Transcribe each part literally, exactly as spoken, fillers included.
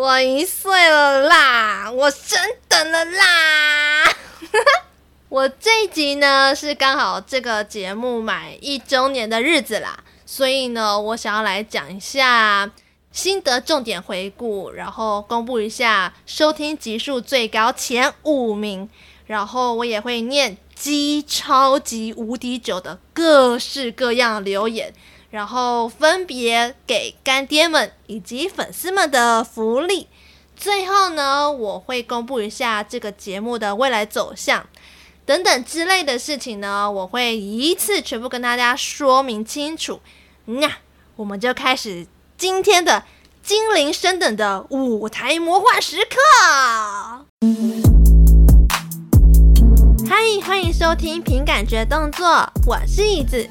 我一岁了啦，我升等了啦我这一集呢是刚好这个节目满一周年的日子啦，所以呢我想要来讲一下心得重点回顾，然后公布一下收听集数最高前五名，然后我也会念极超级无敌久的各式各样留言，然后分别给干爹们以及粉丝们的福利。最后呢，我会公布一下这个节目的未来走向等等之类的事情呢，我会一次全部跟大家说明清楚。那我们就开始今天的精灵升等的舞台魔幻时刻。嗨，欢迎收听凭感觉动作，我是椅子。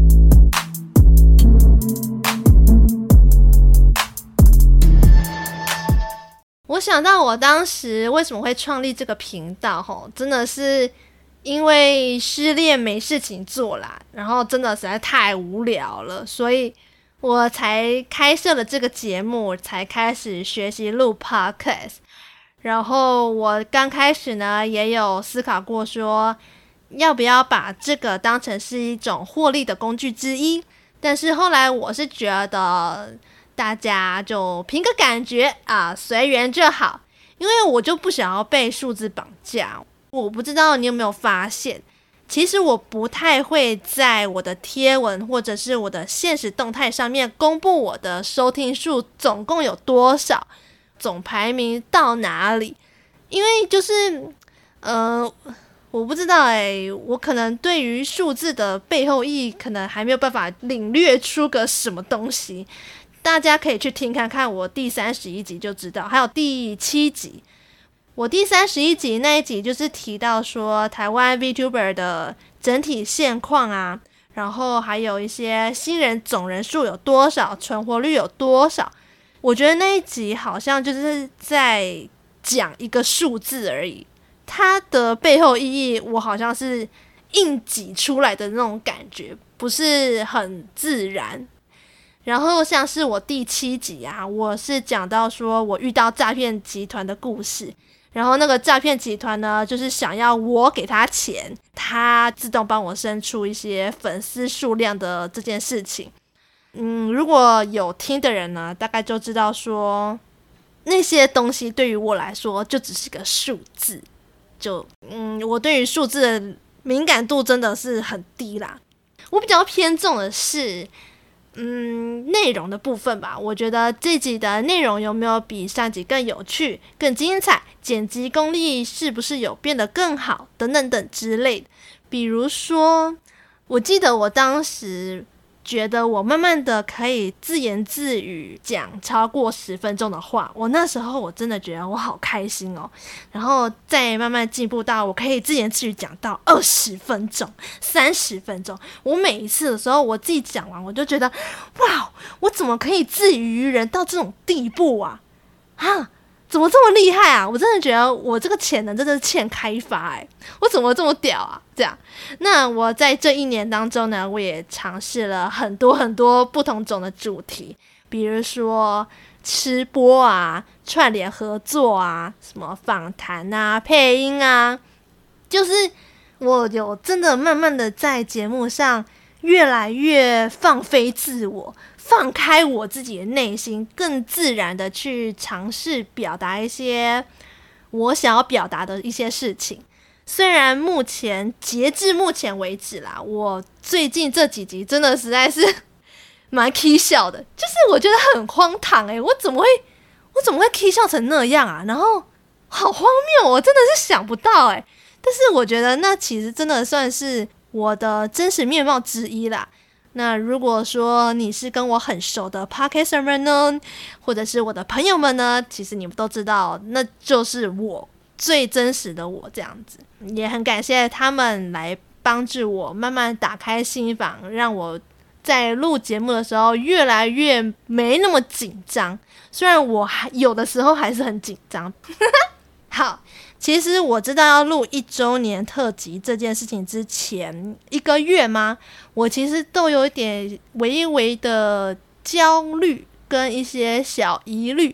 我想到我当时为什么会创立这个频道齁，真的是因为失恋没事情做啦，然后真的实在太无聊了，所以我才开设了这个节目，才开始学习录 podcast。 然后我刚开始呢也有思考过说要不要把这个当成是一种获利的工具之一，但是后来我是觉得大家就凭个感觉啊，随缘就好，因为我就不想要被数字绑架。我不知道你有没有发现，其实我不太会在我的贴文或者是我的限时动态上面公布我的收听数总共有多少，总排名到哪里，因为就是呃，我不知道欸，我可能对于数字的背后意义可能还没有办法领略出个什么东西。大家可以去听看看我第三十一集就知道，还有第七集。我第三十一集那一集就是提到说台湾 VTuber 的整体现况啊，然后还有一些新人总人数有多少，存活率有多少。我觉得那一集好像就是在讲一个数字而已，它的背后意义我好像是硬挤出来的那种感觉，不是很自然。然后像是我第七集啊，我是讲到说我遇到诈骗集团的故事，然后那个诈骗集团呢就是想要我给他钱，他自动帮我生出一些粉丝数量的这件事情。嗯，如果有听的人呢大概就知道说那些东西对于我来说就只是个数字，就嗯，我对于数字的敏感度真的是很低啦。我比较偏重的是嗯，内容的部分吧。我觉得这集的内容有没有比上集更有趣、更精彩，剪辑功力是不是有变得更好，等等等之类的。比如说，我记得我当时觉得我慢慢的可以自言自语讲超过十分钟的话，我那时候我真的觉得我好开心哦。然后再慢慢进步到我可以自言自语讲到二十分钟、三十分钟。我每一次的时候我自己讲完我就觉得哇，我怎么可以自娱于人到这种地步啊啊，怎么这么厉害啊！我真的觉得我这个潜能真的是欠开发欸，我怎么这么屌啊？这样，那我在这一年当中呢，我也尝试了很多很多不同种的主题，比如说吃播啊、串联合作啊、什么访谈啊、配音啊，就是我有真的慢慢的在节目上越来越放飞自我，放开我自己的内心，更自然的去尝试表达一些我想要表达的一些事情。虽然目前截至目前为止啦，我最近这几集真的实在是蛮 k 笑的，就是我觉得很荒唐欸，我怎么会我怎么会 k 笑成那样啊？然后好荒谬，我真的是想不到欸。但是我觉得那其实真的算是我的真实面貌之一啦。那如果说你是跟我很熟的 Podcaster 们呢，或者是我的朋友们呢，其实你们都知道那就是我最真实的我这样子。也很感谢他们来帮助我慢慢打开心房，让我在录节目的时候越来越没那么紧张，虽然我还有的时候还是很紧张好，其实我知道要录一周年特辑这件事情之前一个月吗，我其实都有一点微微的焦虑跟一些小疑虑。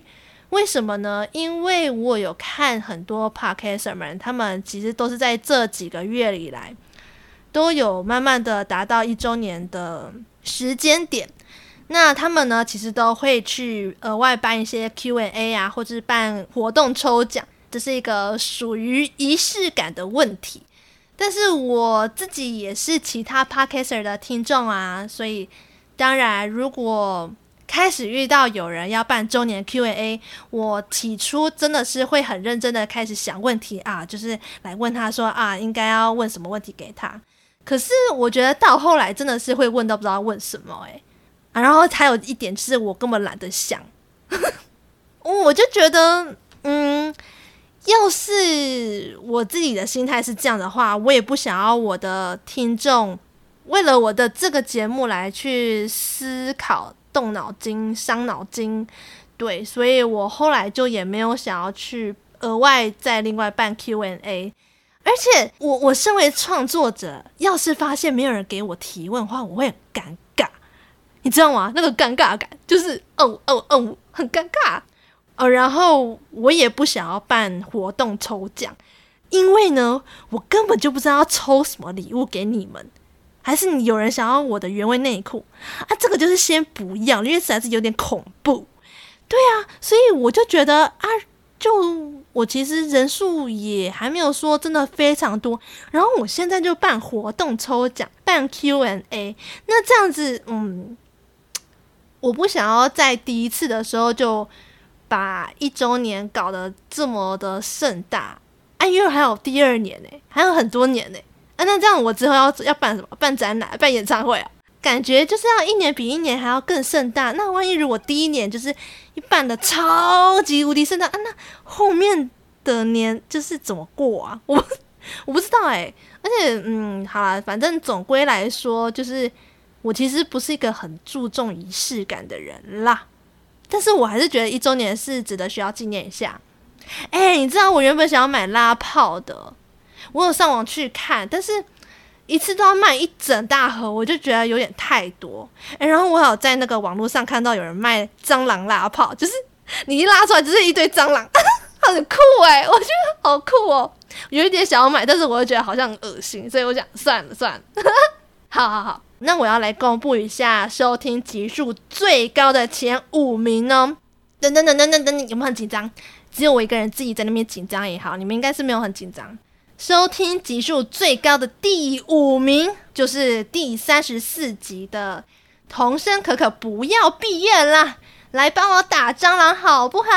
为什么呢？因为我有看很多 podcaster 们，他们其实都是在这几个月以来都有慢慢的达到一周年的时间点，那他们呢其实都会去额外办一些 Q and A 啊，或者是办活动抽奖，这是一个属于仪式感的问题。但是我自己也是其他 podcaster 的听众啊，所以当然如果开始遇到有人要办周年 Q and A， 我起初真的是会很认真的开始想问题啊，就是来问他说啊，应该要问什么问题给他。可是我觉得到后来真的是会问到不知道问什么欸、啊、然后还有一点就是我根本懒得想我就觉得嗯，要是我自己的心态是这样的话，我也不想要我的听众为了我的这个节目来去思考动脑筋伤脑筋，对，所以我后来就也没有想要去额外再另外办 Q and A。 而且我我身为创作者，要是发现没有人给我提问的话，我会很尴尬，你知道吗？那个尴尬感就是哦哦哦很尴尬哦。然后我也不想要办活动抽奖，因为呢我根本就不知道要抽什么礼物给你们，还是有人想要我的原味内裤啊？这个就是先不要，因为实在是有点恐怖。对啊，所以我就觉得啊，就我其实人数也还没有说真的非常多，然后我现在就办活动抽奖，办 Q and A， 那这样子，嗯，我不想要在第一次的时候就把一周年搞得这么的盛大啊，因为还有第二年呢、欸，还有很多年呢、欸。啊，那这样我之后要要办什么？办展览、办演唱会啊？感觉就是要一年比一年还要更盛大。那万一如果第一年就是一办的超级无敌盛大啊，那后面的年就是怎么过啊？我我不知道哎、欸。而且嗯，好啦，反正总归来说，就是我其实不是一个很注重仪式感的人啦。但是我还是觉得一周年是值得需要纪念一下。哎、欸，你知道我原本想要买拉炮的。我有上网去看，但是一次都要卖一整大盒，我就觉得有点太多、欸、然后我还有在那个网络上看到有人卖蟑螂拉炮，就是你一拉出来就是一堆蟑螂很酷欸，我觉得好酷哦，有一点想要买，但是我又觉得好像很恶心，所以我想算了算了好好好，那我要来公布一下收听集数最高的前五名哦。等等等等等等，有没有很紧张？只有我一个人自己在那边紧张也好，你们应该是没有很紧张。收听集数最高的第五名就是第三十四集的童声可可不要毕业啦，来帮我打蟑螂好不好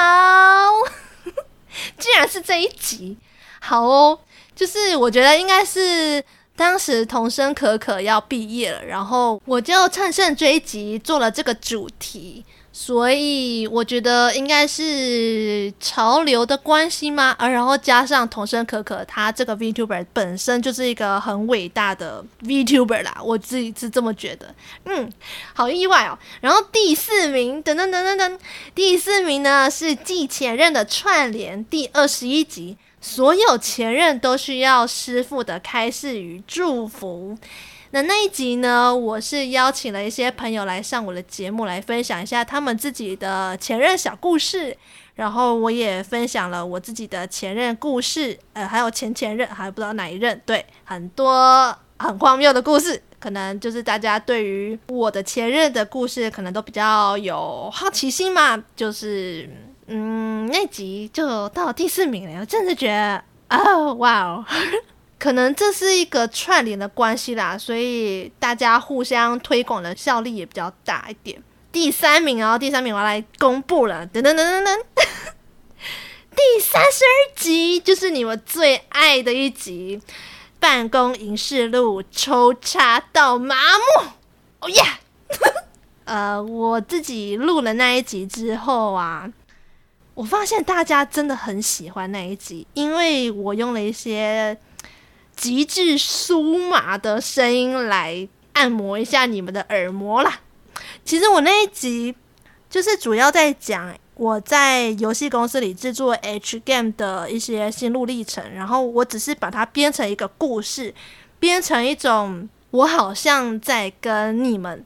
居然是这一集。好哦，就是我觉得应该是当时童声可可要毕业了，然后我就趁胜追击做了这个主题，所以我觉得应该是潮流的关系嘛、啊、然后加上童声可可他这个 VTuber 本身就是一个很伟大的 VTuber 啦，我自己是这么觉得。嗯，好意外哦。然后第四名等等等等等，第四名呢是继前任的串联第二十一集，所有前任都需要师父的开示与祝福。那那一集呢，我是邀请了一些朋友来上我的节目，来分享一下他们自己的前任小故事，然后我也分享了我自己的前任故事，呃，还有前前任，还不知道哪一任，对，很多很荒谬的故事，可能就是大家对于我的前任的故事可能都比较有好奇心嘛，就是嗯，那集就到第四名了，我真的是觉得哦，哇哦可能这是一个串联的关系啦，所以大家互相推广的效力也比较大一点。第三名哦，第三名我要来公布了，等等等等等，第三十二集就是你们最爱的一集，办公营事录抽插到麻木，哦耶！呃，我自己录了那一集之后啊，我发现大家真的很喜欢那一集，因为我用了一些极致酥麻的声音来按摩一下你们的耳膜啦。其实我那一集就是主要在讲我在游戏公司里制作 H game 的一些心路历程，然后我只是把它编成一个故事，编成一种我好像在跟你们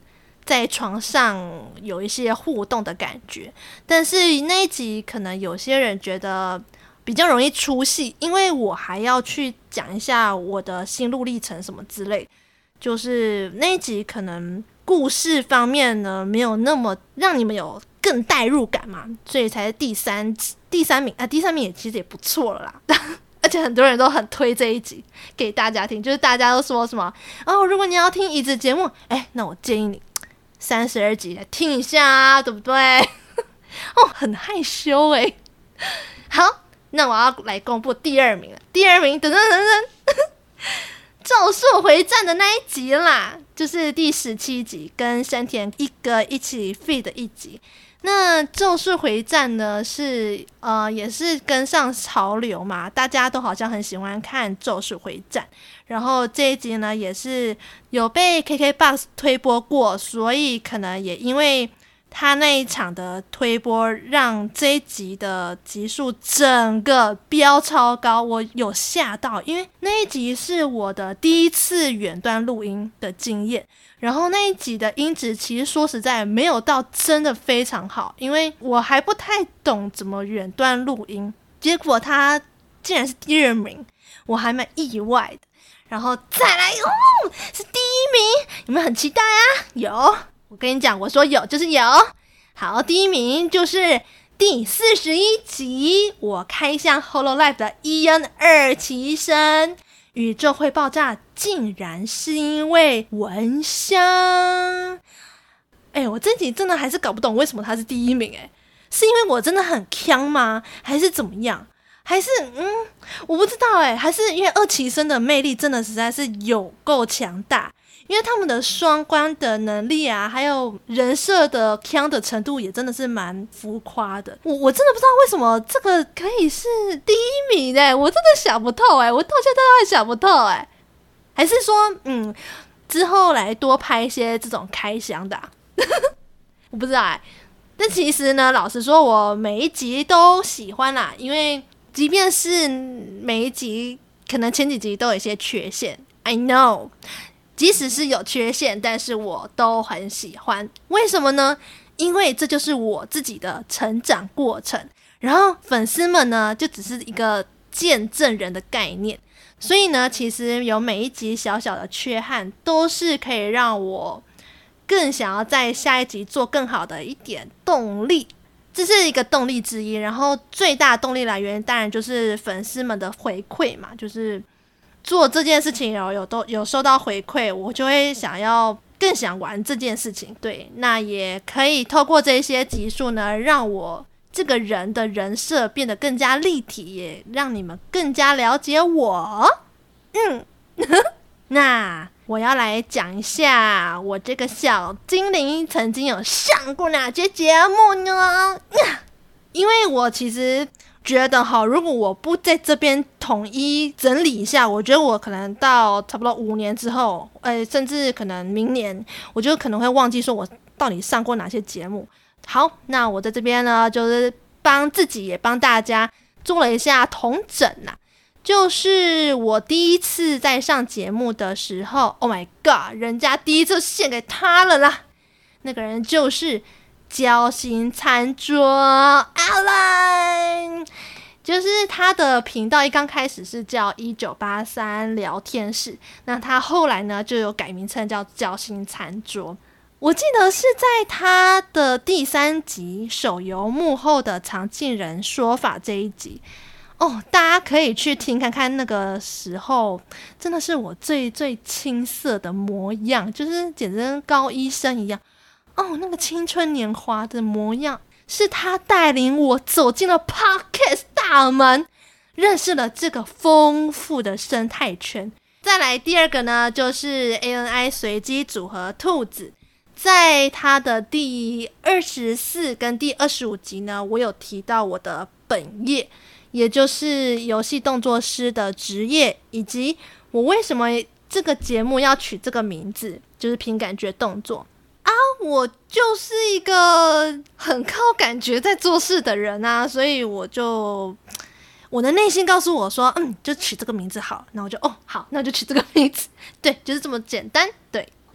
在床上有一些互动的感觉。但是那一集可能有些人觉得比较容易出戏，因为我还要去讲一下我的心路历程什么之类，就是那一集可能故事方面呢没有那么让你们有更代入感嘛，所以才是第三第三名啊，第三名也其实也不错了啦。而且很多人都很推这一集给大家听，就是大家都说什么哦，如果你要听椅子节目，哎，那我建议你三十二集来听一下啊，对不对？哦，很害羞哎。好，那我要来公布第二名了。第二名，等等等等，咒术回战的那一集啦，就是第十七集，跟山田一哥一起 feed 的一集。那咒术回战呢是呃也是跟上潮流嘛，大家都好像很喜欢看咒术回战，然后这一集呢也是有被 K K B O X 推播过，所以可能也因为他那一场的推播让这一集的集数整个飙超高，我有吓到，因为那一集是我的第一次远端录音的经验，然后那一集的音质其实说实在没有到真的非常好，因为我还不太懂怎么远端录音，结果他竟然是第二名，我还蛮意外的。然后再来哦，是第一名，有没有很期待啊？有，我跟你讲，我说有就是有。好，第一名就是第四十一集，我开箱 Hololive 的伊恩二期生，宇宙会爆炸竟然是因为蚊香。哎，我这集真的还是搞不懂为什么他是第一名，哎，是因为我真的很强吗？还是怎么样？还是嗯，我不知道哎，还是因为二期生的魅力真的实在是有够强大，因为他们的双关的能力啊，还有人设的强的程度也真的是蛮浮夸的。我我真的不知道为什么这个可以是第一名哎，我真的想不透哎，我到现在都还想不透哎，还是说嗯，之后来多拍一些这种开箱的、啊，我不知道哎。但其实呢，老实说，我每一集都喜欢啦，因为即便是每一集可能前几集都有一些缺陷 I know， 即使是有缺陷，但是我都很喜欢。为什么呢？因为这就是我自己的成长过程，然后粉丝们呢就只是一个见证人的概念，所以呢其实有每一集小小的缺憾都是可以让我更想要在下一集做更好的一点动力，这是一个动力之一。然后最大的动力来源当然就是粉丝们的回馈嘛，就是做这件事情有有都有收到回馈，我就会想要更想玩这件事情。对，那也可以透过这些集数呢，让我这个人的人设变得更加立体，也让你们更加了解我。嗯，那我要来讲一下我这个小精灵曾经有上过哪些节目呢？因为我其实觉得哈，如果我不在这边统一整理一下，我觉得我可能到差不多五年之后，呃，甚至可能明年，我就可能会忘记说我到底上过哪些节目。好，那我在这边呢，就是帮自己也帮大家做了一下统整啦。就是我第一次在上节目的时候 ，Oh my god， 人家第一次献给他了啦。那个人就是交心餐桌 Alan， 就是他的频道一刚开始是叫一九八三聊天室，那他后来呢就有改名称叫交心餐桌。我记得是在他的第三集手游幕后的常进人说法这一集哦，大家可以去听看看，那个时候真的是我最最青涩的模样，就是简直跟高一生一样哦，那个青春年华的模样是他带领我走进了 Podcast 大门，认识了这个丰富的生态圈。再来第二个呢，就是 A N I 随机组合兔子，在他的第二十四跟第二十五集呢，我有提到我的本业，也就是游戏动作师的职业，以及我为什么这个节目要取这个名字，就是凭感觉动作啊。我就是一个很靠感觉在做事的人啊，所以我就我的内心告诉我说，嗯，就取这个名字好，那我就哦好，那就取这个名字，对，就是这么简单。对，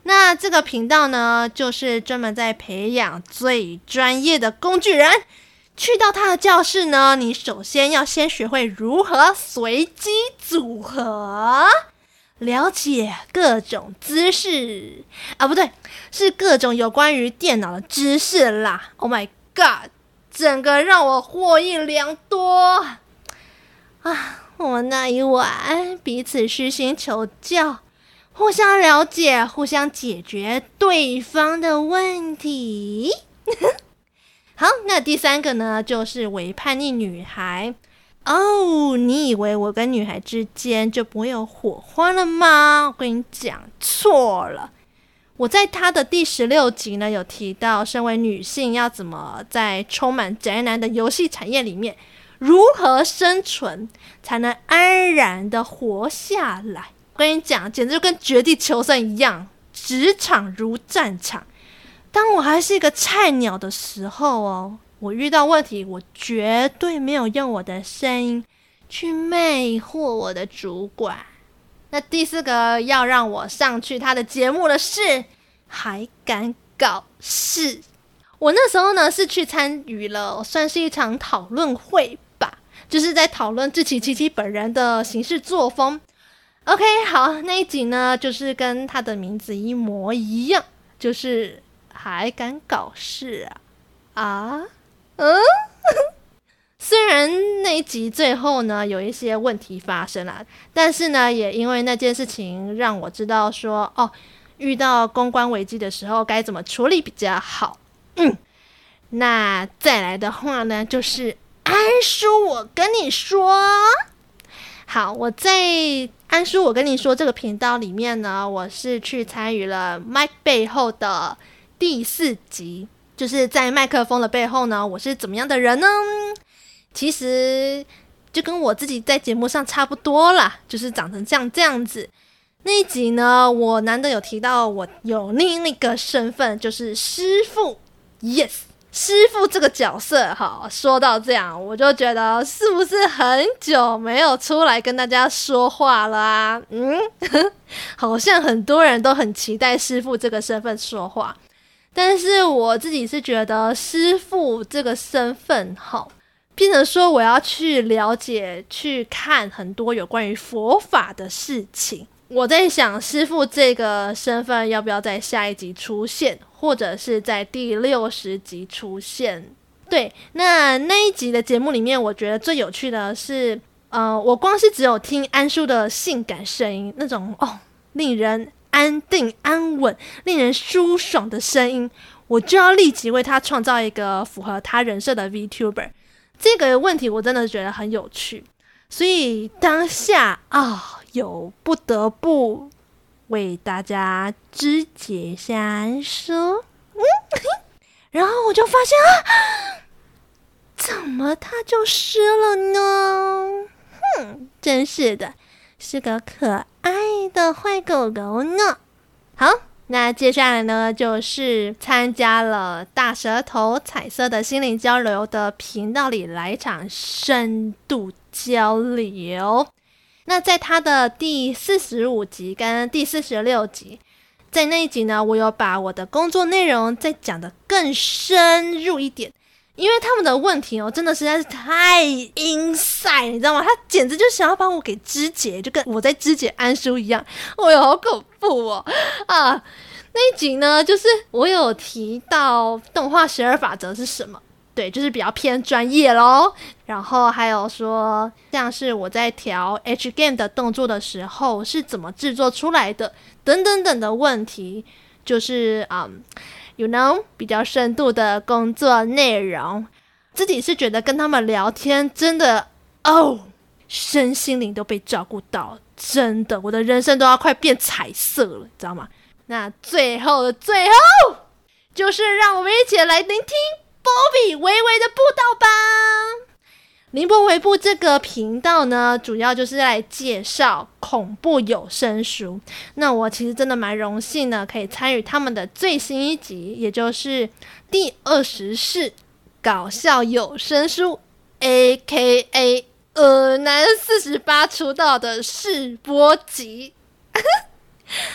那这个频道呢，就是专门在培养最专业的工具人。去到他的教室呢，你首先要先学会如何随机组合，了解各种知识啊，不对，是各种有关于电脑的知识啦。Oh my god， 整个让我获益良多啊！我们那一晚彼此虚心求教，互相了解，互相解决对方的问题。好，那第三个呢，就是伪叛逆女孩。哦，你以为我跟女孩之间就不会有火花了吗？我跟你讲，错了。我在她的第十六集呢，有提到，身为女性要怎么在充满宅男的游戏产业里面，如何生存才能安然的活下来。我跟你讲，简直就跟绝地求生一样，职场如战场。当我还是一个菜鸟的时候哦，我遇到问题，我绝对没有用我的声音去魅惑我的主管。那第四个要让我上去他的节目的是，还敢搞事。我那时候呢是去参与了，算是一场讨论会吧，就是在讨论志祺七七本人的行事作风。OK， 好，那一集呢就是跟他的名字一模一样，就是还敢搞事啊？啊？嗯？虽然那一集最后呢有一些问题发生啦，但是呢也因为那件事情让我知道说，哦，遇到公关危机的时候该怎么处理比较好。嗯，那再来的话呢，就是安叔，我跟你说，好，我在安叔我跟你说这个频道里面呢，我是去参与了麦克背后的第四集，就是在麦克风的背后呢，我是怎么样的人呢？其实就跟我自己在节目上差不多啦，就是长成像这样子。那一集呢，我难得有提到我有另一个身份，就是师父。Yes， 师父这个角色哈，说到这样，我就觉得是不是很久没有出来跟大家说话了啊？嗯，好像很多人都很期待师父这个身份说话，但是我自己是觉得师父这个身份哈，变成说我要去了解、去看很多有关于佛法的事情。我在想，师父这个身份要不要在下一集出现，或者是在第六十集出现？对，那那一集的节目里面，我觉得最有趣的是，呃，我光是只有听安叔的性感声音，那种哦，令人安定、安稳、令人舒爽的声音，我就要立即为他创造一个符合他人设的 VTuber。这个问题我真的觉得很有趣，所以当下啊、哦，有不得不为大家肢解一下安叔。嗯，然后我就发现啊，怎么他就湿了呢？哼，真是的，是个可爱的坏狗狗呢。好，那接下来呢，就是参加了大舌头彩色的心灵交流的频道里来一场深度交流。那在他的第四十五集跟第四十六集，在那一集呢，我有把我的工作内容再讲得更深入一点，因为他们的问题哦，真的实在是太 inside， 你知道吗？他简直就想要把我给肢解，就跟我在肢解安叔一样。哦哟，好恐怖哦！啊，那一集呢，就是我有提到动画十二法则是什么，对，就是比较偏专业咯。然后还有说，像是我在调 H game 的动作的时候是怎么制作出来的，等等等的问题，就是嗯。You know， 比较深度的工作内容，自己是觉得跟他们聊天真的哦，身心灵都被照顾到，真的，我的人生都要快变彩色了，你知道吗？那最后的最后，就是让我们一起来聆听波比微微的布道吧。凌波微步这个频道呢，主要就是来介绍恐怖有声书。那我其实真的蛮荣幸的，可以参与他们的最新一集，也就是第二十式搞笑有声书 A K A 尔南四十八出道的试播集。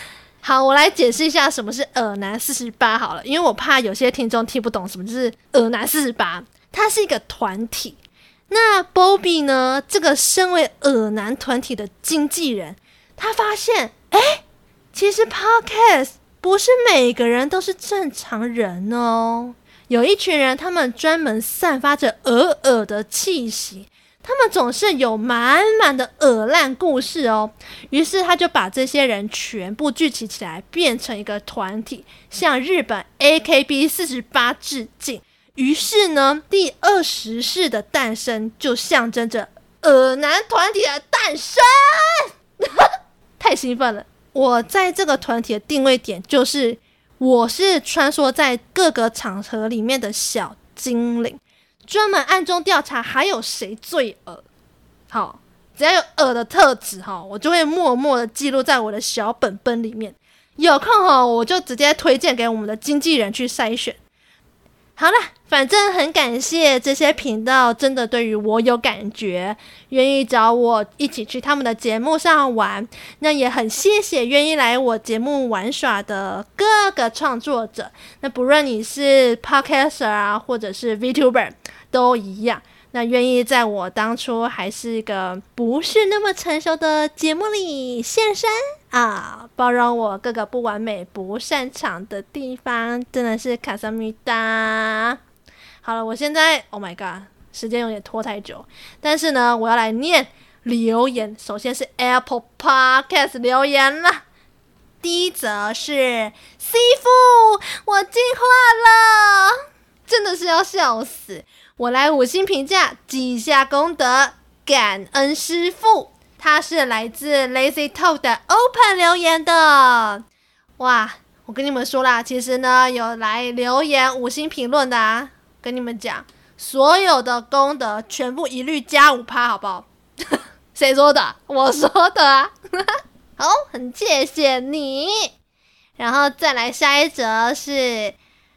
好，我来解释一下什么是耳男四十八好了，因为我怕有些听众听不懂什么就是耳男四十八，它是一个团体。那 Bobby 呢，这个身为耳男团体的经纪人，他发现诶其实 Podcast 不是每个人都是正常人哦，有一群人他们专门散发着耳耳的气息，他们总是有满满的耳烂故事哦。于是他就把这些人全部聚集起来，变成一个团体，向日本 A K B 四十八 致敬。于是呢，第二十世的诞生就象征着耳男团体的诞生。太兴奋了！我在这个团体的定位点就是，我是穿梭在各个场合里面的小精灵，专门暗中调查还有谁最耳。好，只要有耳的特质，我就会默默的记录在我的小本本里面。有空我就直接推荐给我们的经纪人去筛选。好了，反正很感谢这些频道真的对于我有感觉，愿意找我一起去他们的节目上玩。那也很谢谢愿意来我节目玩耍的各个创作者，那不论你是 Podcaster 啊，或者是 VTuber 都一样，那愿意在我当初还是一个不是那么成熟的节目里现身啊，包容我各个不完美不擅长的地方，真的是卡萨米达。好了，我现在 Oh my god 时间有点拖太久，但是呢我要来念留言。首先是 Apple Podcast 留言啦，第一则是 C 父我进化了，真的是要笑死。我来五星评价，记下功德，感恩师父。他是来自 Lazy Talk 的 Open 留言的。哇，我跟你们说啦，其实呢有来留言五星评论的啊，跟你们讲，所有的功德全部一律加 百分之五 好不好？谁说的？我说的啊。好，很谢谢你。然后再来下一则是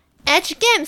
H Game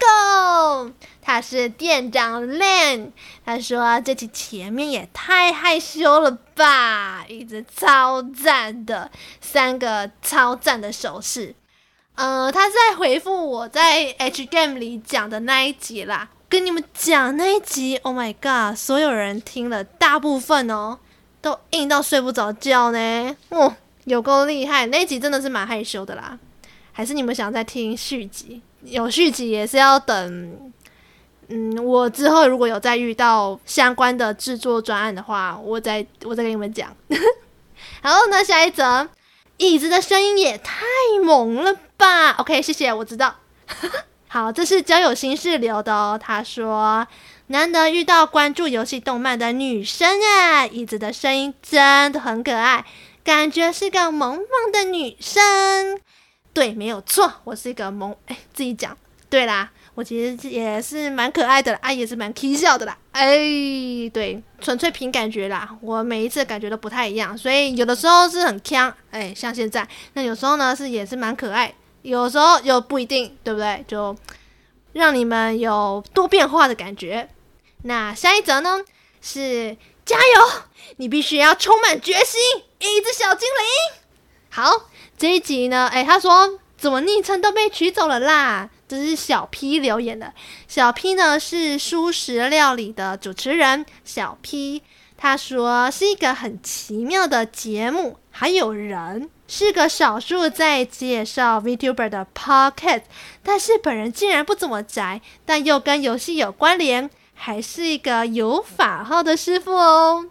Cycle， 他是店长 Len， 他说这期前面也太害羞了吧，一直超赞的，三个超赞的手势。呃，他在回复我在 H Game 里讲的那一集啦，跟你们讲那一集 Oh my god， 所有人听了大部分哦都硬到睡不着觉呢。哦，有够厉害，那一集真的是蛮害羞的啦。还是你们想再听续集？有续集也是要等，嗯，我之后如果有再遇到相关的制作专案的话，我再我再跟你们讲。好，那下一则，椅子的声音也太猛了吧 ！OK， 谢谢，我知道。好，这是交友心事留的哦。他说，难得遇到关注游戏动漫的女生啊，椅子的声音真的很可爱，感觉是个萌萌的女生。对，没有错，我是一个萌，哎，自己讲。对啦，我其实也是蛮可爱的啦，啊，也是蛮 K 笑的啦。哎，对，纯粹凭感觉啦，我每一次感觉都不太一样，所以有的时候是很呛，哎，像现在，那有时候呢是也是蛮可爱，有时候又不一定，对不对？就让你们有多变化的感觉。那下一则呢是加油，你必须要充满决心，椅子小精灵。好。这一集呢，哎，他说怎么昵称都被取走了啦？这是小 P 留言的。小 P 呢是蔬食料理的主持人，小 P 他说是一个很奇妙的节目，还有人是个少数在介绍 VTuber 的 Podcast， 但是本人竟然不怎么宅，但又跟游戏有关联，还是一个有法号的师傅哦。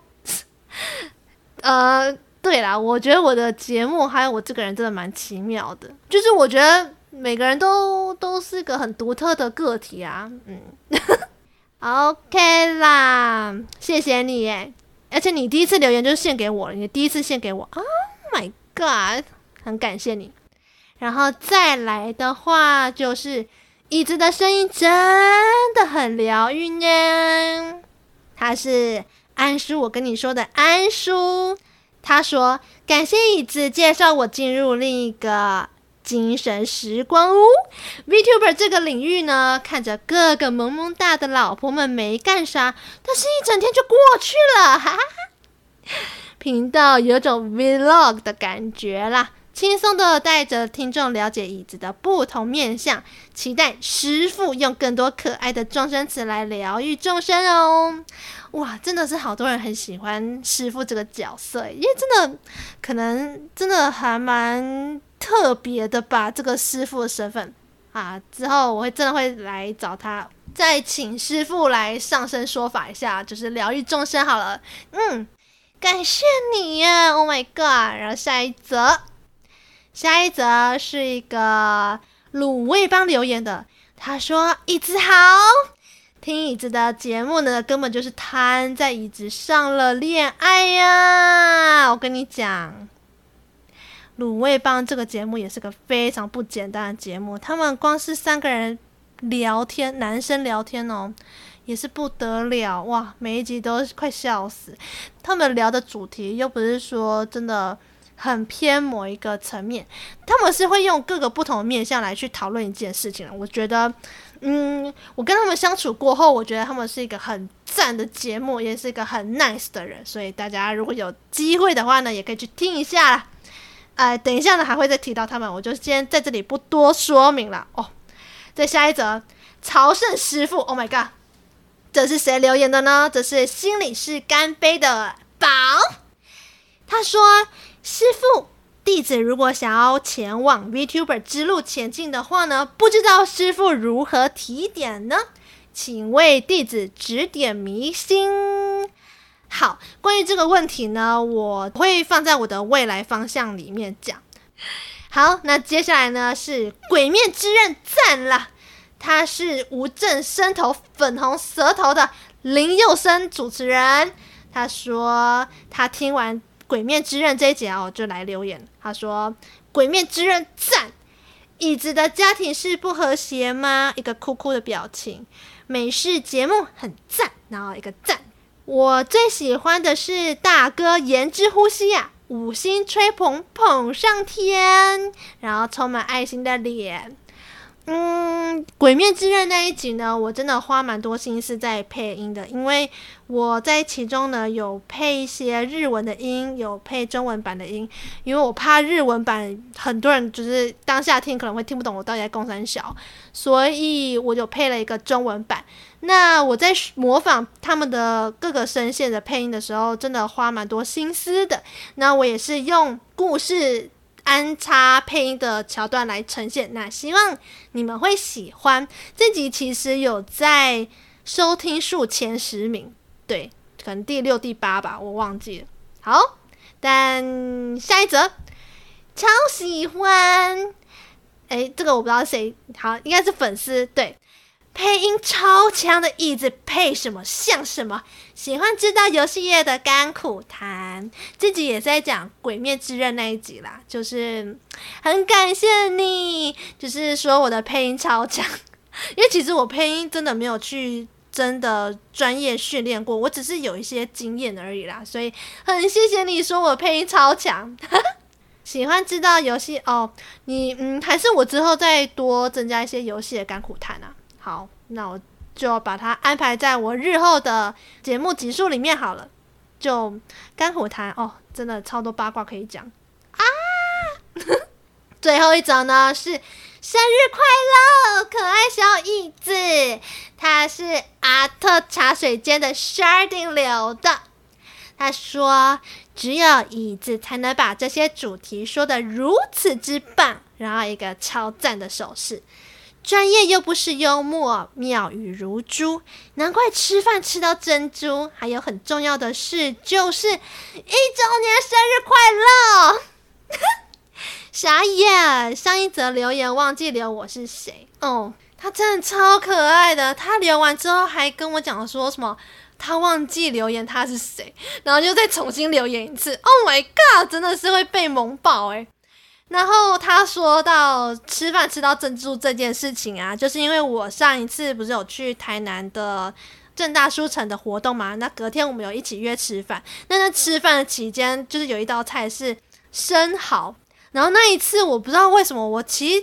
呃。对啦，我觉得我的节目还有我这个人真的蛮奇妙的，就是我觉得每个人都都是个很独特的个体啊，嗯，OK 啦，谢谢你耶，而且你第一次留言就是献给我了，你第一次献给我 ，Oh my god， 很感谢你。然后再来的话就是椅子的声音真的很疗愈呢，他是安叔，我跟你说的安叔。他说感谢椅子介绍我进入另一个精神时光屋 VTuber 这个领域呢，看着各个萌萌哒的老婆们没干啥，但是一整天就过去了，哈哈哈。频道有种 vlog 的感觉啦， 轻松的带着听众了解椅子的不同面向，期待师父用更多可爱的众生词来疗愈众生哦。哇，真的是好多人很喜欢师父这个角色，因为真的可能真的还蛮特别的吧，这个师父的身份啊。之后我会真的会来找他，再请师父来上身说法一下，就是疗愈众生好了。嗯，感谢你呀 ，Oh my god！ 然后下一则。下一则是一个卤味帮留言的，他说椅子好，听椅子的节目呢根本就是瘫在椅子上了恋爱呀。我跟你讲，卤味帮这个节目也是个非常不简单的节目，他们光是三个人聊天，男生聊天哦也是不得了哇，每一集都快笑死。他们聊的主题又不是说真的很偏某一个层面，他们是会用各个不同的面向来去讨论一件事情。我觉得嗯，我跟他们相处过后，我觉得他们是一个很赞的节目，也是一个很 nice 的人，所以大家如果有机会的话呢也可以去听一下啦。呃，等一下呢还会再提到他们，我就先在这里不多说明了哦。再下一则，朝圣师父 Oh my god， 这是谁留言的呢？这是心理是干杯的宝，他说师父，弟子如果想要前往 VTuber 之路前进的话呢，不知道师父如何提点呢？请为弟子指点迷津。好，关于这个问题呢，我会放在我的未来方向里面讲。好，那接下来呢是鬼灭之刃赞啦，他是无正伸头粉红舌头的林佑生主持人，他说他听完鬼灭之刃这一集啊，就来留言。他说鬼灭之刃赞，椅子的家庭是不和谐吗？一个哭哭的表情。美式节目很赞，然后一个赞。我最喜欢的是大哥言之呼吸啊，五星吹捧捧上天，然后充满爱心的脸。嗯，鬼灭之刃那一集呢，我真的花蛮多心思在配音的，因为我在其中呢有配一些日文的音，有配中文版的音，因为我怕日文版很多人就是当下听可能会听不懂我到底在供三小，所以我就配了一个中文版。那我在模仿他们的各个声线的配音的时候，真的花蛮多心思的。那我也是用故事安插配音的桥段来呈现，那希望你们会喜欢。这集其实有在收听数前十名，对，可能第六第八吧，我忘记了。好，但下一则超喜欢，诶，这个我不知道谁，好，应该是粉丝，对，配音超强的椅子配什么像什么，喜欢知道游戏业的甘苦谈。这集也是在讲鬼灭之刃那一集啦，就是很感谢你，就是说我的配音超强，因为其实我配音真的没有去真的专业训练过，我只是有一些经验而已啦，所以很谢谢你说我配音超强。喜欢知道游戏哦，你嗯，还是我之后再多增加一些游戏的甘苦谈啊。好，那我就把它安排在我日后的节目集数里面好了。就甘苦谈哦，真的超多八卦可以讲啊！最后一则呢是生日快乐，可爱小椅子，它是阿特茶水间的 Sharding 留的。他说只有椅子才能把这些主题说得如此之棒，然后一个超赞的手势，专业又不失幽默，妙语如珠，难怪吃饭吃到珍珠。还有很重要的事就是一周年生日快乐。傻眼，上一则留言忘记留我是谁哦，他真的超可爱的，他留完之后还跟我讲说什么他忘记留言他是谁，然后就再重新留言一次。 Oh my god， 真的是会被萌爆欸。然后他说到吃饭吃到珍珠这件事情啊，就是因为我上一次不是有去台南的政大书城的活动嘛，那隔天我们有一起约吃饭，那在吃饭的期间就是有一道菜是生蚝，然后那一次我不知道为什么我其实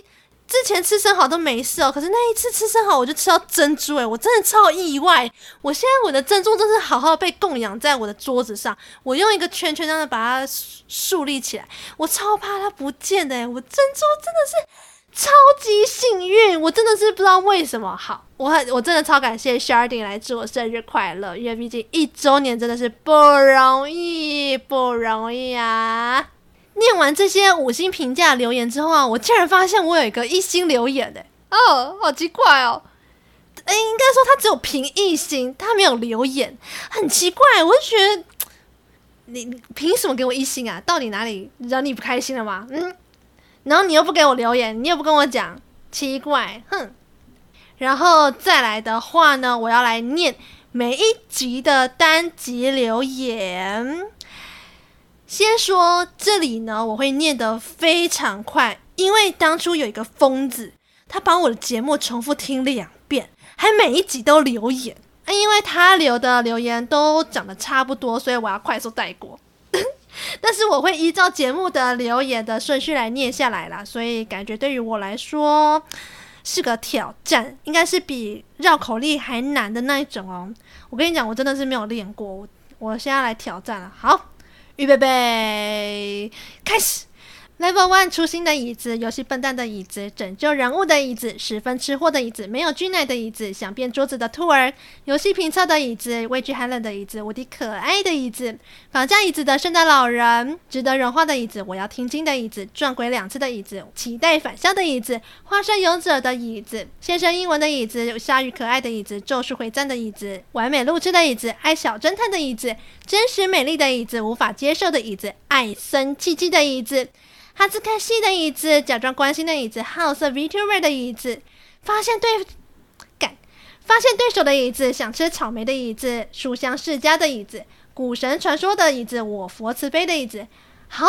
之前吃生蚝都没事哦，可是那一次吃生蚝我就吃到珍珠诶，我真的超意外。我现在我的珍珠真是好好被供养在我的桌子上，我用一个圈圈这样把它树立起来，我超怕它不见的诶，我珍珠真的是超级幸运，我真的是不知道为什么。好，我很我真的超感谢 Sharding 来祝我生日快乐，因为毕竟一周年真的是不容易不容易啊。念完这些五星评价留言之后啊，我竟然发现我有一个一星留言诶、欸、哦，好奇怪哦。诶、欸、应该说他只有评一星，他没有留言，很奇怪。我就觉得你你凭什么给我一星啊？到底哪里惹你不开心了吗？嗯，然后你又不给我留言，你又不跟我讲，奇怪，哼。然后再来的话呢，我要来念每一集的单集留言。先说这里呢，我会念得非常快，因为当初有一个疯子，他把我的节目重复听两遍，还每一集都留言。啊、因为他留的留言都讲得差不多，所以我要快速带过。但是我会依照节目的留言的顺序来念下来啦，所以感觉对于我来说是个挑战，应该是比绕口令还难的那一种哦。我跟你讲，我真的是没有练过，我我现在来挑战了。好，预备备，开始。Level 一 初心的椅子，游戏笨蛋的椅子，拯救人物的椅子，十分吃货的椅子，没有菌奶的椅子，想变桌子的兔儿，游戏评测的椅子，畏惧寒冷的椅子，无敌可爱的椅子，绑架椅子的圣诞老人，值得融化的椅子，我要听经的椅子，撞鬼两次的椅子，期待返校的椅子，花生勇者的椅子，先生英文的椅子，鲨鱼可爱的椅子，咒术回战的椅子，完美路痴的椅子，爱小侦探的椅子，真实美丽的椅子，无法接受的椅子，爱生气气的椅子，哈兹卡西的椅子，假装关心的椅子，好色 VTuber 的椅子，发现对干发现对手的椅子，想吃草莓的椅子，书香世家的椅子，古神传说的椅子，我佛慈悲的椅子。好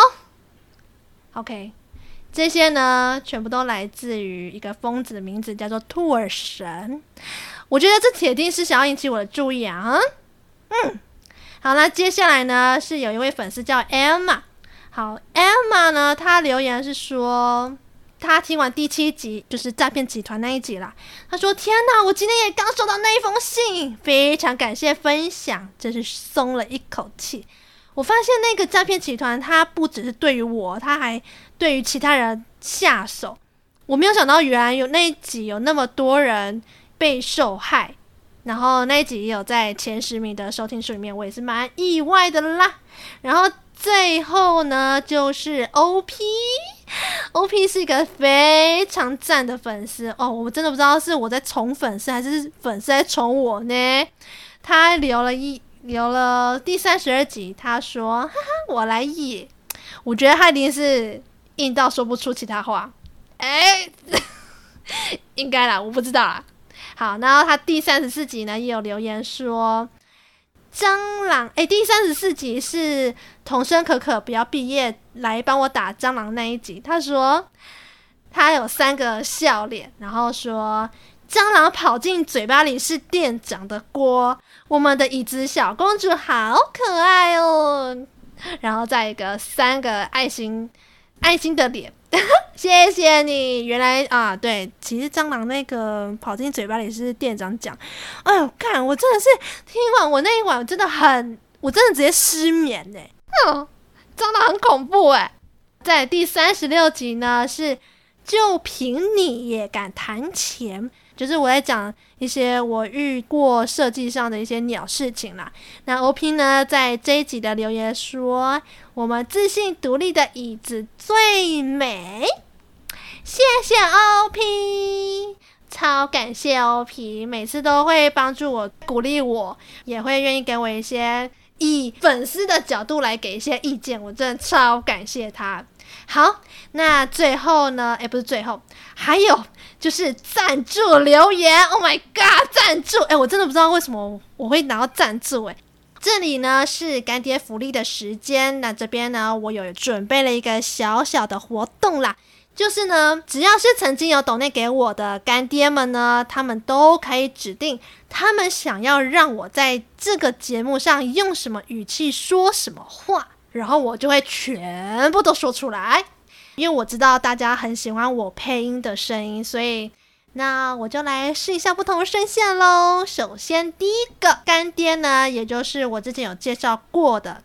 OK， 这些呢全部都来自于一个疯子的名字叫做兔儿神。我觉得这铁定是想要引起我的注意啊。嗯，好，那接下来呢是有一位粉丝叫 Emma。好 ，Emma 呢，她留言是说，她听完第七集，就是诈骗集团那一集啦。她说：“天哪，我今天也刚收到那一封信，非常感谢分享，真是松了一口气。”我发现那个诈骗集团，他不只是对于我，他还对于其他人下手。我没有想到，原来有那一集有那么多人被受害，然后那一集也有在前十名的收听数里面，我也是蛮意外的啦。然后最后呢，就是 O P，O P 是一个非常赞的粉丝哦，我真的不知道是我在宠粉丝还是粉丝在宠我呢。他留了一留了第三十二集，他说：“哈哈，我来也。”我觉得他一定是硬到说不出其他话，哎，应该啦，我不知道啦。好，然后他第三十四集呢也有留言说。蟑螂，诶，第三十四集是童声可可不要毕业来帮我打蟑螂那一集。他说他有三个笑脸，然后说蟑螂跑进嘴巴里是店长的锅，我们的椅子小公主好可爱哦。然后再一个三个爱心爱心的脸。谢谢你，原来啊，对，其实蟑螂那个跑进嘴巴里是店长讲。哎呦，看我真的是听完我那一晚，真的很，我真的直接失眠哎，嗯，蟑螂很恐怖哎。在第三十六集呢，是就凭你也敢谈钱，就是我在讲一些我遇过设计上的一些鸟事情啦。那 O P 呢，在这一集的留言说，我们自信独立的椅子最美。谢谢 O P， 超感谢 O P， 每次都会帮助我、鼓励我，也会愿意给我一些以粉丝的角度来给一些意见，我真的超感谢他。好，那最后呢？诶，不是最后，还有就是赞助留言。Oh my god， 赞助！诶，我真的不知道为什么我会拿到赞助。诶，这里呢是干爹福利的时间，那这边呢我有准备了一个小小的活动啦。就是呢，只要是曾经有抖内给我的干爹们呢，他们都可以指定他们想要让我在这个节目上用什么语气说什么话，然后我就会全部都说出来。 因为我知道大家很喜欢我配音的声音，所以那我就来试一下不同声线咯。首先第一个干爹呢，也就是我之前有介绍过的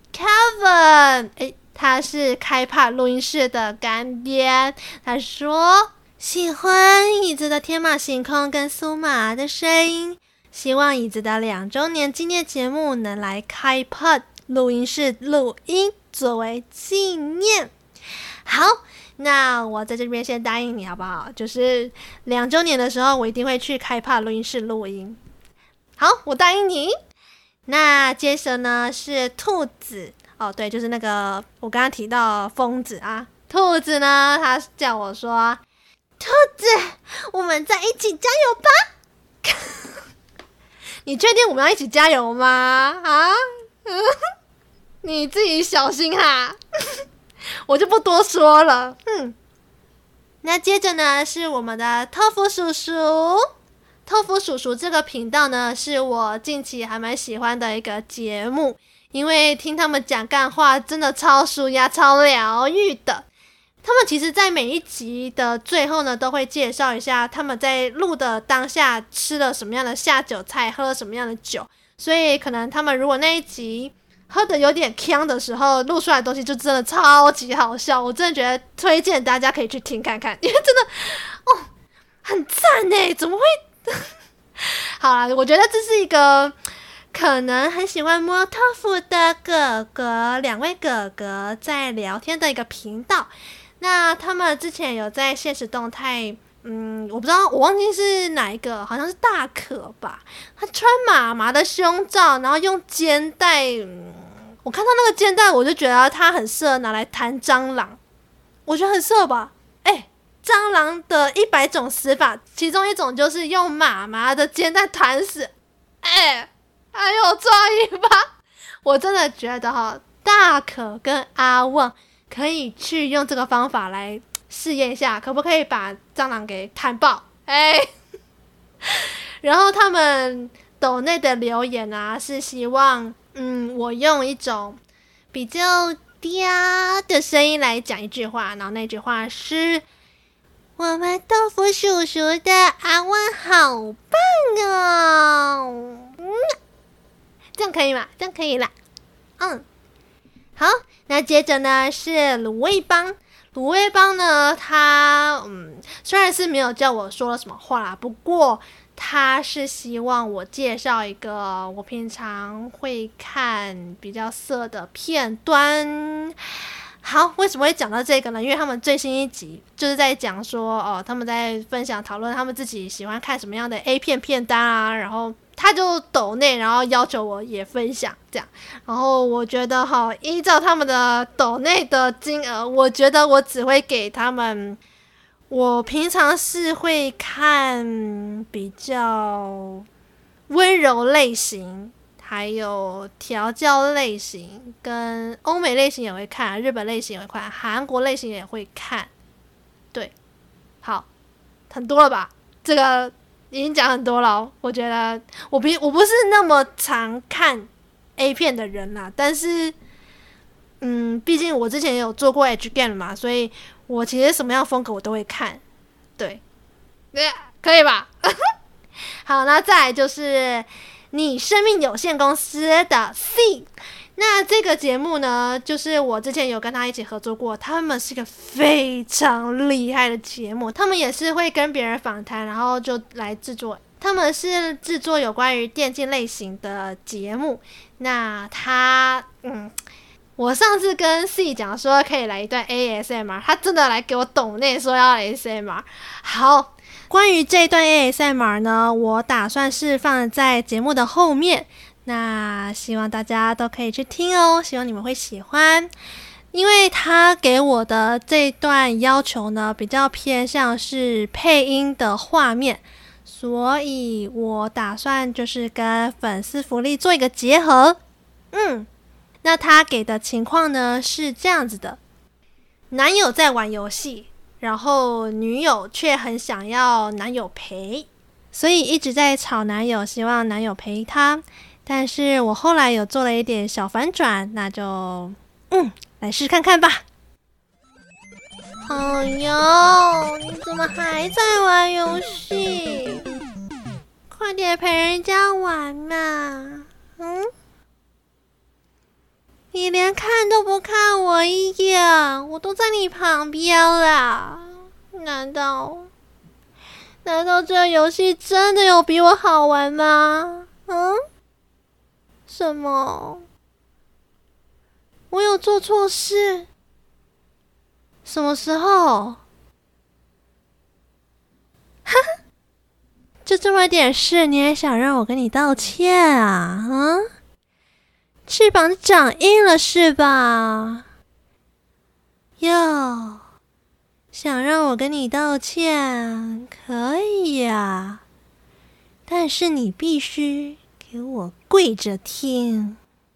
Kevin， 诶他是开帕录音室的干爹。他说喜欢椅子的天马行空跟苏马的声音，希望椅子的两周年纪念节目能来开帕录音室录音作为纪念。好，那我在这边先答应你好不好？就是两周年的时候我一定会去开帕录音室录音。好，我答应你。那接着呢是兔子哦，对，就是那个我刚刚提到疯子啊。兔子呢他叫我说，兔子我们再一起加油吧。你确定我们要一起加油吗？啊你自己小心哈。我就不多说了。嗯，那接着呢是我们的豆腐叔叔。豆腐叔叔这个频道呢是我近期还蛮喜欢的一个节目，因为听他们讲干话真的超舒压超疗愈的。他们其实在每一集的最后呢都会介绍一下他们在录的当下吃了什么样的下酒菜，喝了什么样的酒，所以可能他们如果那一集喝的有点呛的时候录出来的东西就真的超级好笑。我真的觉得推荐大家可以去听看看，因为真的哦很赞耶，怎么会好啦，我觉得这是一个可能很喜欢摸豆腐的哥哥，两位哥哥在聊天的一个频道。那他们之前有在现实动态，嗯，我不知道，我忘记是哪一个，好像是大可吧。他穿妈妈的胸罩，然后用肩带，嗯，我看到那个肩带，我就觉得他很适合拿来弹蟑螂。我觉得很适合吧？哎、欸，蟑螂的一百种死法，其中一种就是用妈妈的肩带弹死。哎、欸，很有创意吧？我真的觉得哈，大可跟阿旺可以去用这个方法来试验一下，可不可以把蟑螂给弹爆？哎、欸，然后他们抖内的留言啊，是希望嗯我用一种比较嗲的声音来讲一句话，然后那句话是：我们豆腐叔叔的阿旺好棒哦！嗯，这样可以吗？这样可以啦。嗯。好，那接着呢是卤味帮。卤味帮呢，他嗯虽然是没有叫我说了什么话啦，不过他是希望我介绍一个我平常会看比较色的片段。好，为什么会讲到这个呢？因为他们最新一集就是在讲说，哦，他们在分享讨论他们自己喜欢看什么样的 A 片片单啊，然后他就抖内，然后要求我也分享这样。然后我觉得哈，依照他们的抖内的金额，我觉得我只会给他们，我平常是会看比较温柔类型，还有调教类型，跟欧美类型也会看，日本类型也会看，韩国类型也会看。对，好，很多了吧？这个已经讲很多了。我觉得我平我不是那么常看 A 片的人啦，但是嗯，毕竟我之前也有做过 H game 嘛，所以我其实什么样的风格我都会看。对，可以吧？好，那再来就是你生命有限公司的 C。 那这个节目呢，就是我之前有跟他一起合作过，他们是一个非常厉害的节目，他们也是会跟别人访谈，然后就来制作，他们是制作有关于电竞类型的节目。那他嗯我上次跟 C 讲说可以来一段 A S M R， 他真的来给我抖内说要 A S M R。 好，关于这段 A S M R 呢，我打算是放在节目的后面，那希望大家都可以去听哦，希望你们会喜欢。因为他给我的这段要求呢，比较偏向是配音的画面，所以我打算就是跟粉丝福利做一个结合。嗯，那他给的情况呢是这样子的：男友在玩游戏，然后女友却很想要男友陪，所以一直在吵男友，希望男友陪她。但是我后来有做了一点小反转，那就嗯来试看看吧。 朋友，你怎么还在玩游戏？快点陪人家玩嘛！嗯？你连看都不看我一眼，我都在你旁边啦。难道难道这游戏真的有比我好玩吗？嗯？什么？我有做错事？什么时候？哈哈，就这么点事，你也想让我跟你道歉啊？嗯？翅膀长硬了是吧？哟，想让我跟你道歉，可以呀，但是你必须给我跪着听。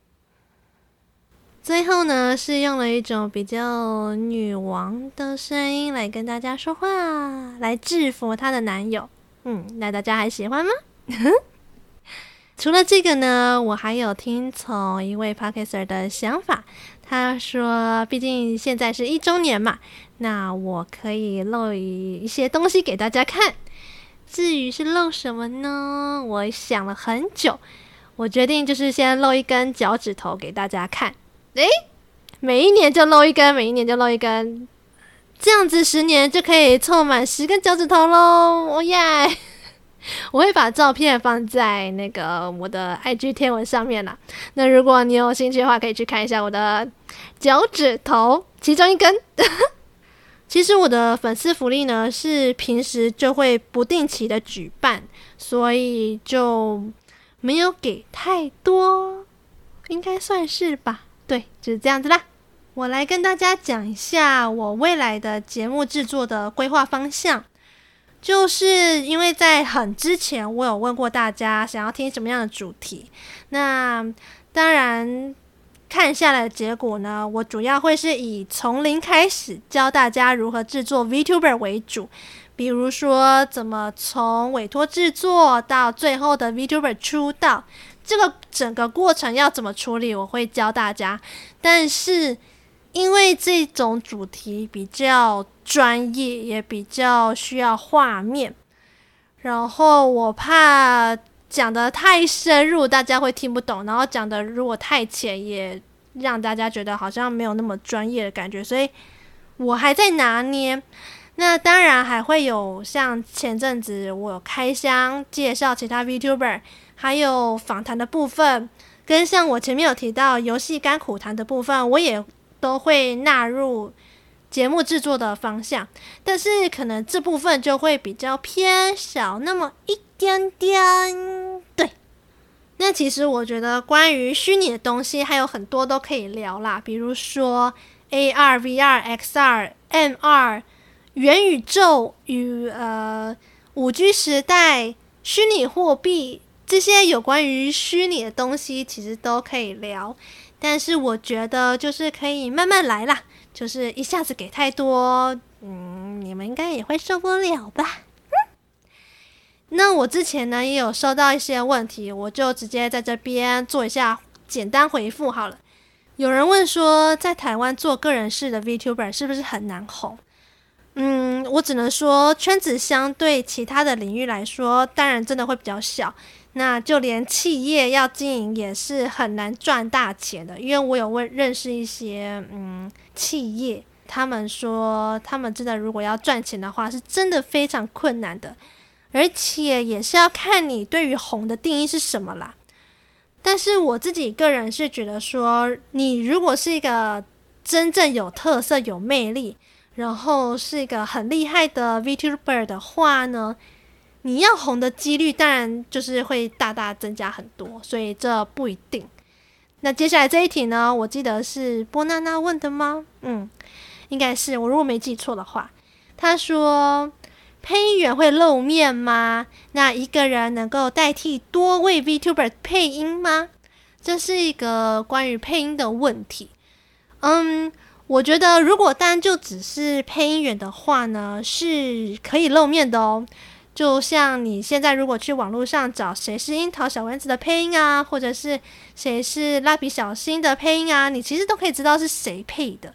最后呢，是用了一种比较女王的声音来跟大家说话，来制服她的男友。嗯，那大家还喜欢吗？除了这个呢，我还有听从一位 Podcaster 的想法，他说毕竟现在是一周年嘛，那我可以露一些东西给大家看。至于是露什么呢，我想了很久，我决定就是先露一根脚趾头给大家看。诶，每一年就露一根，每一年就露一根，这样子十年就可以凑满十根脚趾头咯。哦耶！我会把照片放在那个我的 I G 贴文上面啦。那如果你有兴趣的话，可以去看一下我的脚趾头，其中一根。其实我的粉丝福利呢，是平时就会不定期的举办，所以就没有给太多，应该算是吧。对，就是这样子啦。我来跟大家讲一下我未来的节目制作的规划方向。就是因为在很之前我有问过大家想要听什么样的主题，那当然看下来的结果呢，我主要会是以从零开始教大家如何制作 VTuber 为主，比如说怎么从委托制作到最后的 VTuber 出道，这个整个过程要怎么处理我会教大家。但是因为这种主题比较专业，也比较需要画面，然后我怕讲得太深入大家会听不懂，然后讲得如果太浅也让大家觉得好像没有那么专业的感觉，所以我还在拿捏。那当然还会有像前阵子我有开箱介绍其他 VTuber， 还有访谈的部分，跟像我前面有提到游戏甘苦谈的部分，我也都会纳入节目制作的方向，但是可能这部分就会比较偏小那么一点点。对，那其实我觉得关于虚拟的东西还有很多都可以聊啦，比如说 A R、V R、X R、M R、元宇宙与呃 五 G 时代、虚拟货币，这些有关于虚拟的东西其实都可以聊。但是我觉得就是可以慢慢来啦，就是一下子给太多，嗯，你们应该也会受不了吧。嗯、那我之前呢也有收到一些问题，我就直接在这边做一下简单回复好了。有人问说，在台湾做个人式的 VTuber 是不是很难红？嗯，我只能说圈子相对其他的领域来说，当然真的会比较小。那就连企业要经营也是很难赚大钱的，因为我有问认识一些嗯企业，他们说他们真的如果要赚钱的话，是真的非常困难的，而且也是要看你对于红的定义是什么啦。但是我自己个人是觉得说，你如果是一个真正有特色、有魅力，然后是一个很厉害的 VTuber 的话呢，你要红的几率当然就是会大大增加很多，所以这不一定。那接下来这一题呢，我记得是波娜娜问的吗？嗯，应该是，我如果没记错的话。他说配音员会露面吗？那一个人能够代替多位 VTuber 配音吗？这是一个关于配音的问题。嗯，我觉得如果单就只是配音员的话呢，是可以露面的哦。就像你现在如果去网络上找谁是樱桃小丸子的配音啊，或者是谁是蜡笔小新的配音啊，你其实都可以知道是谁配的。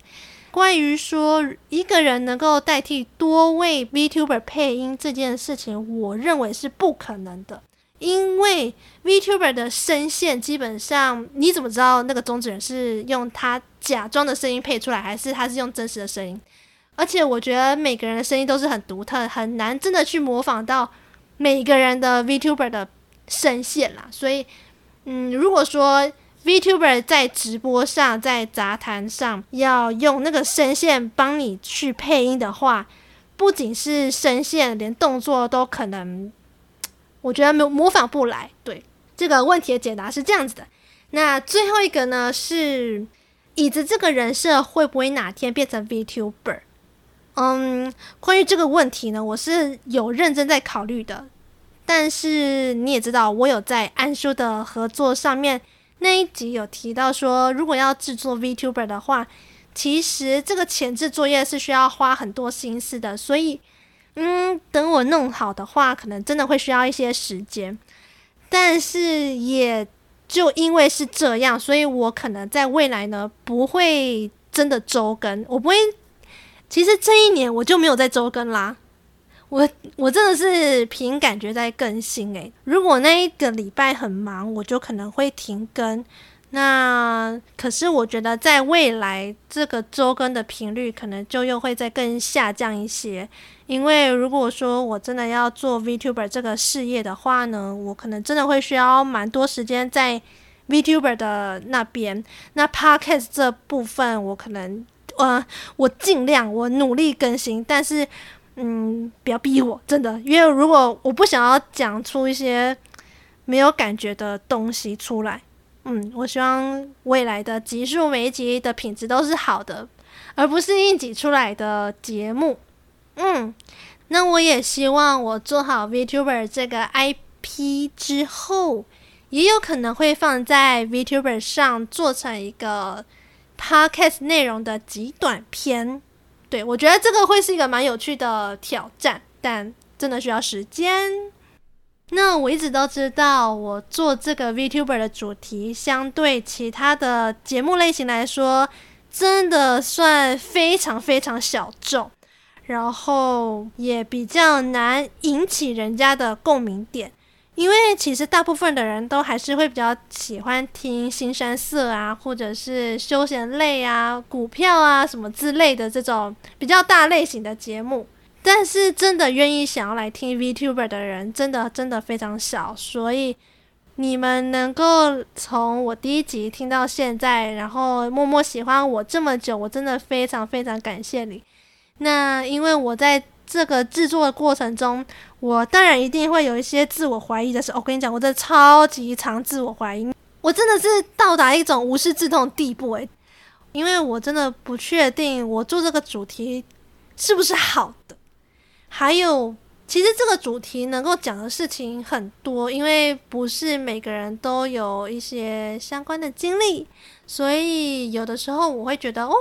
关于说一个人能够代替多位 VTuber 配音这件事情，我认为是不可能的。因为 VTuber 的声线基本上你怎么知道那个中指人是用他假装的声音配出来，还是他是用真实的声音？而且我觉得每个人的声音都是很独特，很难真的去模仿到每个人的 VTuber 的声线啦。所以嗯，如果说 VTuber 在直播上在杂谈上要用那个声线帮你去配音的话，不仅是声线，连动作都可能我觉得模仿不来。对，这个问题的解答是这样子的。那最后一个呢，是椅子这个人设会不会哪天变成 VTuber？ 嗯，关于这个问题呢，我是有认真在考虑的。但是你也知道，我有在安叔的合作上面那一集有提到说，如果要制作 VTuber 的话，其实这个前置作业是需要花很多心思的，所以嗯，等我弄好的话，可能真的会需要一些时间。但是也就因为是这样，所以我可能在未来呢不会真的周更，我不会。其实这一年我就没有在周更啦，我我真的是凭感觉在更新诶。如果那一个礼拜很忙，我就可能会停更。那可是我觉得在未来这个周更的频率可能就又会再更下降一些，因为如果说我真的要做 VTuber 这个事业的话呢，我可能真的会需要蛮多时间在 VTuber 的那边。那 Podcast 这部分我可能呃，我尽量我努力更新，但是嗯，不要逼我，真的，因为如果我不想要讲出一些没有感觉的东西出来。嗯，我希望未来的集数每一集的品质都是好的，而不是硬挤出来的节目。嗯，那我也希望我做好 VTuber 这个 I P 之后，也有可能会放在 VTuber 上做成一个 Podcast 内容的极短篇。对，我觉得这个会是一个蛮有趣的挑战，但真的需要时间。那我一直都知道，我做这个 VTuber 的主题相对其他的节目类型来说，真的算非常非常小众，然后也比较难引起人家的共鸣点。因为其实大部分的人都还是会比较喜欢听新山色啊，或者是休闲类啊、股票啊什么之类的这种比较大类型的节目。但是真的愿意想要来听 VTuber 的人真的真的非常少，所以你们能够从我第一集听到现在，然后默默喜欢我这么久，我真的非常非常感谢你。那因为我在这个制作的过程中，我当然一定会有一些自我怀疑的时候。我跟你讲，我真的超级常自我怀疑，我真的是到达一种无师自通的地步诶，因为我真的不确定我做这个主题是不是好的。还有其实这个主题能够讲的事情很多，因为不是每个人都有一些相关的经历，所以有的时候我会觉得哦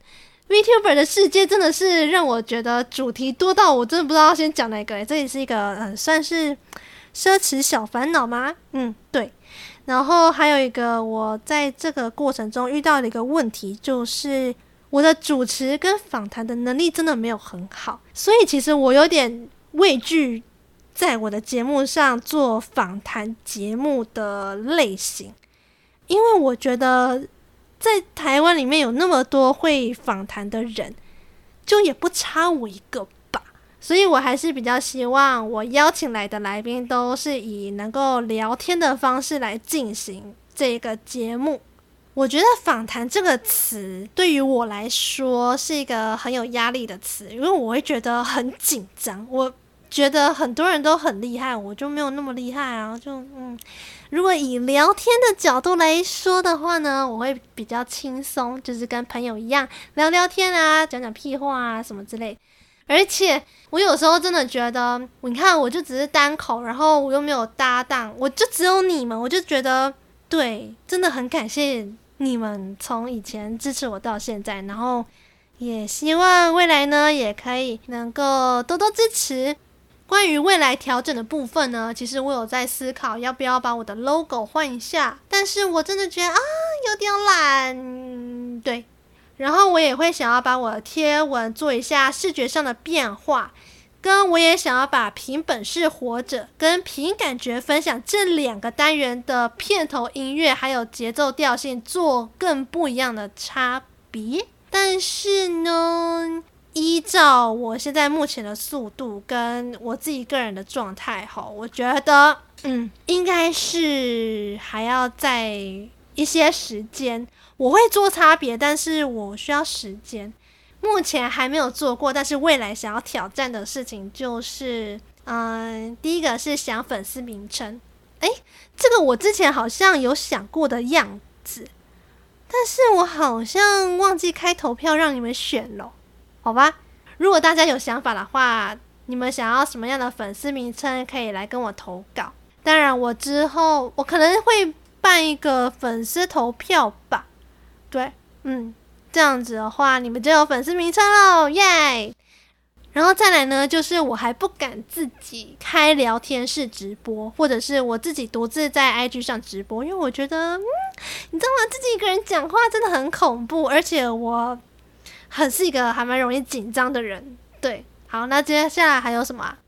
VTuber 的世界真的是让我觉得主题多到我真的不知道先讲哪个耶。这也是一个呃算是奢侈小烦恼吗？嗯，对。然后还有一个我在这个过程中遇到的一个问题，就是我的主持跟访谈的能力真的没有很好，所以其实我有点畏惧在我的节目上做访谈节目的类型，因为我觉得在台湾里面有那么多会访谈的人，就也不差我一个吧，所以我还是比较希望我邀请来的来宾都是以能够聊天的方式来进行这个节目。我觉得访谈这个词对于我来说是一个很有压力的词，因为我会觉得很紧张。我觉得很多人都很厉害，我就没有那么厉害啊。就嗯，如果以聊天的角度来说的话呢，我会比较轻松，就是跟朋友一样聊聊天啊，讲讲屁话啊什么之类。而且我有时候真的觉得，你看我就只是单口，然后我又没有搭档，我就只有你们，我就觉得对，真的很感谢你们从以前支持我到现在，然后也希望未来呢也可以能够多多支持。关于未来调整的部分呢，其实我有在思考要不要把我的 logo 换一下，但是我真的觉得啊有点懒，对。 然后我也会想要把我的贴文做一下视觉上的变化，跟我也想要把凭本事活着跟凭感觉分享这两个单元的片头音乐还有节奏调性做更不一样的差别。但是呢，依照我现在目前的速度跟我自己个人的状态，我觉得嗯，应该是还要再一些时间。我会做差别，但是我需要时间。目前还没有做过，但是未来想要挑战的事情就是嗯，第一个是想粉丝名称。诶，这个我之前好像有想过的样子，但是我好像忘记开投票让你们选了，好吧？如果大家有想法的话，你们想要什么样的粉丝名称可以来跟我投稿。当然我之后我可能会办一个粉丝投票吧，对，嗯，这样子的话你们就有粉丝名称咯，耶！然后再来呢，就是我还不敢自己开聊天室直播，或者是我自己独自在 I G 上直播，因为我觉得嗯，你知道吗，自己一个人讲话真的很恐怖，而且我很是一个还蛮容易紧张的人。对，好，那接下来还有什么啊？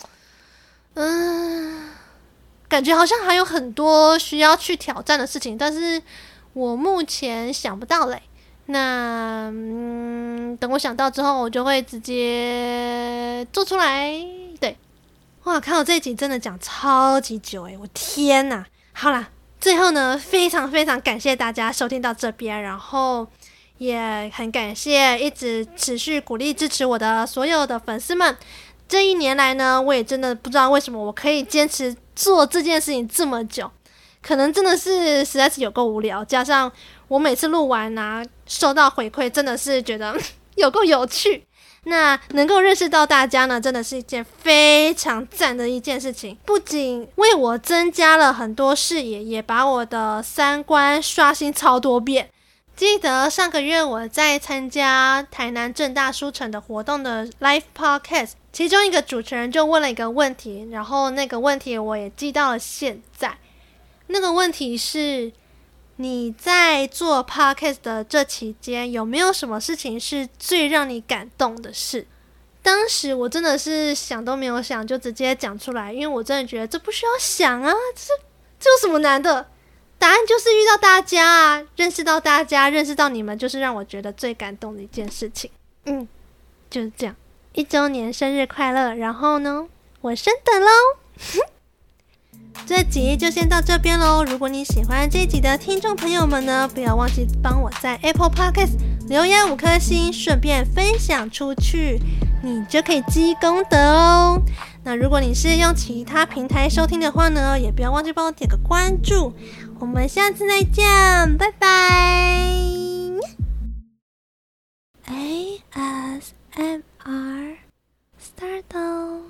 嗯，感觉好像还有很多需要去挑战的事情，但是我目前想不到嘞。那嗯，等我想到之后，我就会直接做出来。对，哇，看我这一集真的讲超级久诶，我天哪！好啦，最后呢，非常非常感谢大家收听到这边，然后也很感谢一直持续鼓励支持我的所有的粉丝们。这一年来呢，我也真的不知道为什么我可以坚持做这件事情这么久，可能真的是实在是有够无聊，加上我每次录完啊，收到回馈真的是觉得有够有趣。那能够认识到大家呢，真的是一件非常赞的一件事情，不仅为我增加了很多视野，也把我的三观刷新超多遍。记得上个月我在参加台南政大书城的活动的 live podcast， 其中一个主持人就问了一个问题，然后那个问题我也记到了现在。那个问题是，你在做 podcast 的这期间，有没有什么事情是最让你感动的事？当时我真的是想都没有想就直接讲出来，因为我真的觉得这不需要想啊，这这有什么难的？答案就是遇到大家啊，认识到大家，认识到你们，就是让我觉得最感动的一件事情。嗯，就是这样。一周年生日快乐！然后呢，我升等咯。这集就先到这边咯。如果你喜欢这一集的听众朋友们呢，不要忘记帮我在 Apple Podcast 留言五颗星，顺便分享出去，你就可以积功德哦。那如果你是用其他平台收听的话呢，也不要忘记帮我点个关注。我们下次再见，拜拜。A S M R Start。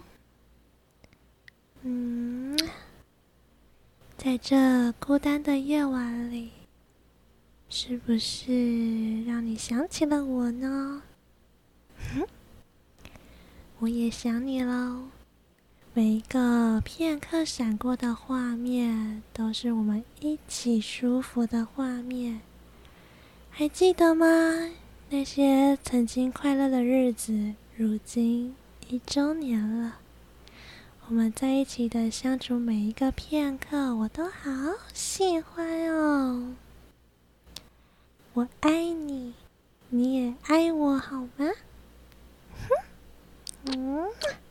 嗯，在这孤单的夜晚里，是不是让你想起了我呢？哼，我也想你咯。每一个片刻闪过的画面，都是我们一起舒服的画面。还记得吗？那些曾经快乐的日子，如今一周年了。我们在一起的相处每一个片刻，我都好喜欢哦。我爱你，你也爱我，好吗？哼，嗯。